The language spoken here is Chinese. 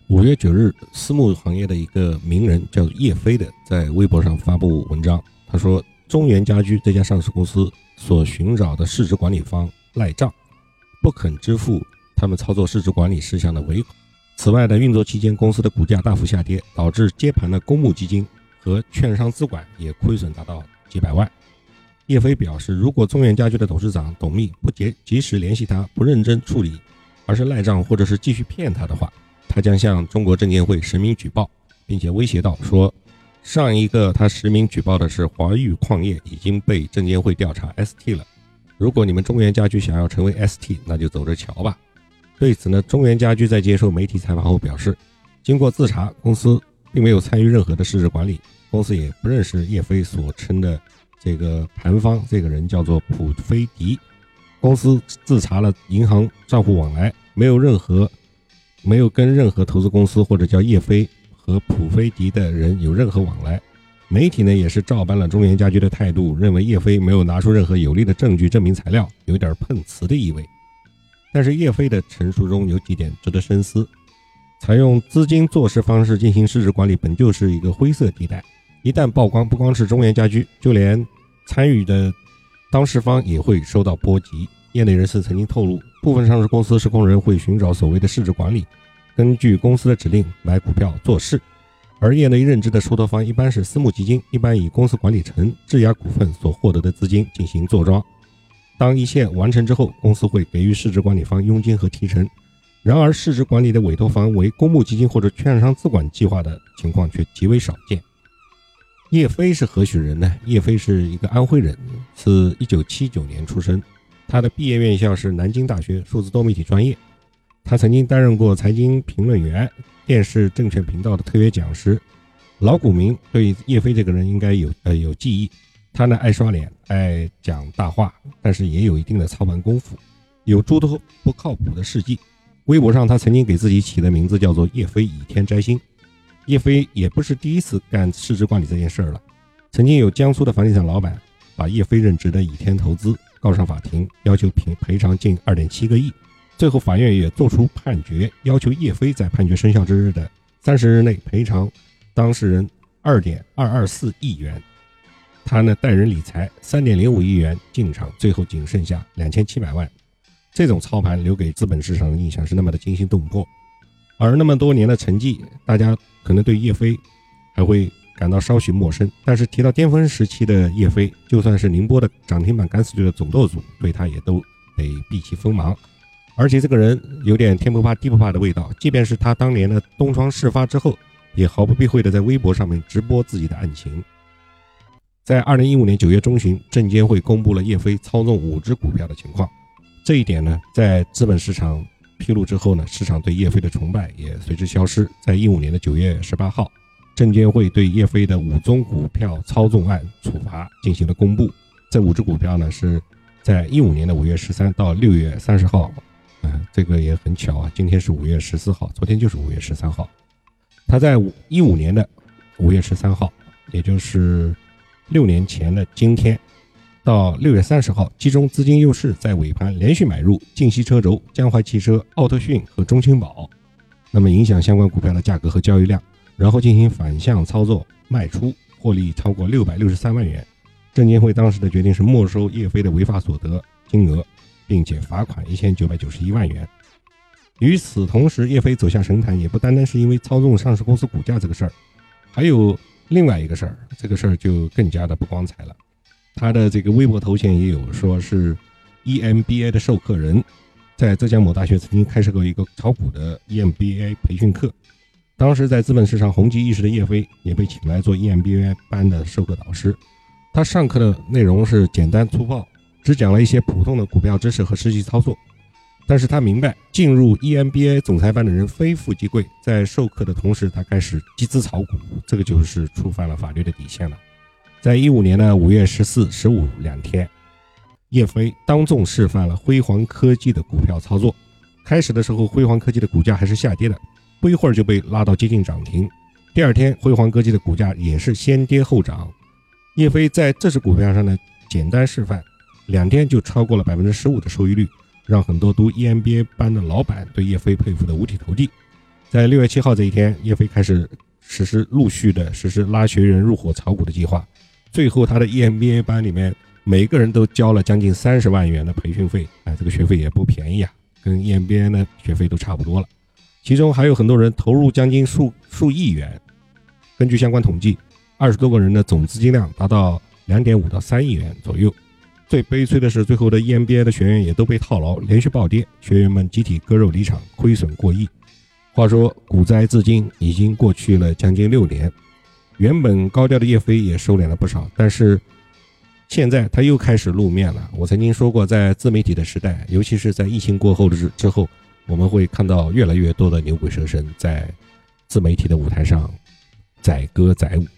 5月9日，私募行业的一个名人叫叶飞的，在微博上发布文章，他说中原家居这家上市公司所寻找的市值管理方赖账，不肯支付他们操作市值管理事项的尾款。此外的运作期间，公司的股价大幅下跌，导致接盘的公募基金和券商资管也亏损达到几百万。叶飞表示，如果中原家居的董事长董秘不及时联系他，不认真处理，而是赖账或者是继续骗他的话，他将向中国证监会实名举报，并且威胁到说，上一个他实名举报的是华域矿业，已经被证监会调查 ST 了。如果你们中原家居想要成为 ST， 那就走着瞧吧。对此呢，中原家居在接受媒体采访后表示，经过自查，公司并没有参与任何的市值管理，公司也不认识叶飞所称的这个盘方，这个人叫做普飞迪。公司自查了银行账户往来，没有跟任何投资公司或者叫叶飞和普飞迪的人有任何往来。媒体呢也是照搬了中原家居的态度，认为叶飞没有拿出任何有力的证据证明材料，有点碰瓷的意味。但是叶飞的陈述中有几点值得深思。采用资金做事方式进行市值管理本就是一个灰色地带，一旦曝光，不光是中原家居，就连参与的当事方也会受到波及。业内人士曾经透露，部分上市公司实控人会寻找所谓的市值管理，根据公司的指令买股票做事，而业内认知的受托方一般是私募基金，一般以公司管理层质押股份所获得的资金进行坐庄。当一切完成之后，公司会给予市值管理方佣金和提成。然而市值管理的委托方为公募基金或者券商资管计划的情况却极为少见。叶飞是何许人呢？叶飞是一个安徽人，是1979年出生，他的毕业院校是南京大学数字多媒体专业。他曾经担任过财经评论员、电视证券频道的特约讲师。老股民对叶飞这个人应该有记忆，他呢爱刷脸，爱讲大话，但是也有一定的操盘功夫，有诸多不靠谱的事迹。微博上他曾经给自己起的名字叫做叶飞倚天摘星。叶飞也不是第一次干市值管理这件事了，曾经有江苏的房地产老板把叶飞任职的倚天投资告上法庭，要求赔偿近 2.7 个亿。最后法院也做出判决，要求叶飞在判决生效之日的30日内赔偿当事人 2.224 亿元。他呢带人理财 3.05 亿元进场，最后仅剩下2700万。这种操盘留给资本市场的印象是那么的惊心动魄。而那么多年的成绩，大家可能对叶飞还会感到稍许陌生，但是提到巅峰时期的叶飞，就算是宁波的涨停板敢死队的总舵主，对他也都得避其锋芒。而且这个人有点天不怕地不怕的味道，即便是他当年的东窗事发之后，也毫不避讳的在微博上面直播自己的案情。在2015年9月中旬，证监会公布了叶飞操纵5只股票的情况。这一点呢，在资本市场披露之后呢，市场对叶飞的崇拜也随之消失。在2015年的9月18号，证监会对叶飞的5宗股票操纵案处罚进行了公布。这5只股票呢，是在2015年的5月13到6月30号，这个也很巧啊，今天是5月14号，昨天就是5月13号。他在2015年的5月13号，也就是6年前的今天，到6月30号，集中资金优势在尾盘连续买入晋西车轴、江淮汽车、奥特讯和中青宝，那么影响相关股票的价格和交易量，然后进行反向操作卖出，获利超过663万元。证监会当时的决定是没收叶飞的违法所得金额，并且罚款1991万元。与此同时，叶飞走向神坛也不单单是因为操纵上市公司股价这个事儿，还有另外一个事儿，这个事儿就更加的不光彩了。他的这个微博头衔也有说是 EMBA 的授课人，在浙江某大学曾经开设过一个炒股的 EMBA 培训课。当时在资本市场红极一时的叶飞也被请来做 EMBA 班的授课导师。他上课的内容是简单粗暴，只讲了一些普通的股票知识和实际操作。但是他明白进入 EMBA 总裁班的人非富即贵，在授课的同时他开始集资炒股，这个就是触犯了法律的底线了。在2015年的5月14、15两天，叶飞当众示范了辉煌科技的股票操作。开始的时候，辉煌科技的股价还是下跌的，不一会儿就被拉到接近涨停。第二天，辉煌科技的股价也是先跌后涨。叶飞在这只股票上呢，简单示范，2天就超过了 15% 的收益率，让很多读 EMBA 班的老板对叶飞佩服的五体投地。 在6月7号这一天，叶飞开始陆续的实施拉学员入伙炒股的计划，最后他的 EMBA 班里面每个人都交了将近30万元的培训费，这个学费也不便宜啊，跟 EMBA 的学费都差不多了。其中还有很多人投入将近数亿元。根据相关统计，20多个人的总资金量达到2.5到3亿元左右。最悲催的是，最后的 EMBA 的学员也都被套牢，连续暴跌，学员们集体割肉离场，亏损过亿。话说股灾至今已经过去了将近6年，原本高调的叶飞也收敛了不少，但是现在他又开始露面了。我曾经说过，在自媒体的时代，尤其是在疫情过后之后，我们会看到越来越多的牛鬼蛇神在自媒体的舞台上载歌载舞。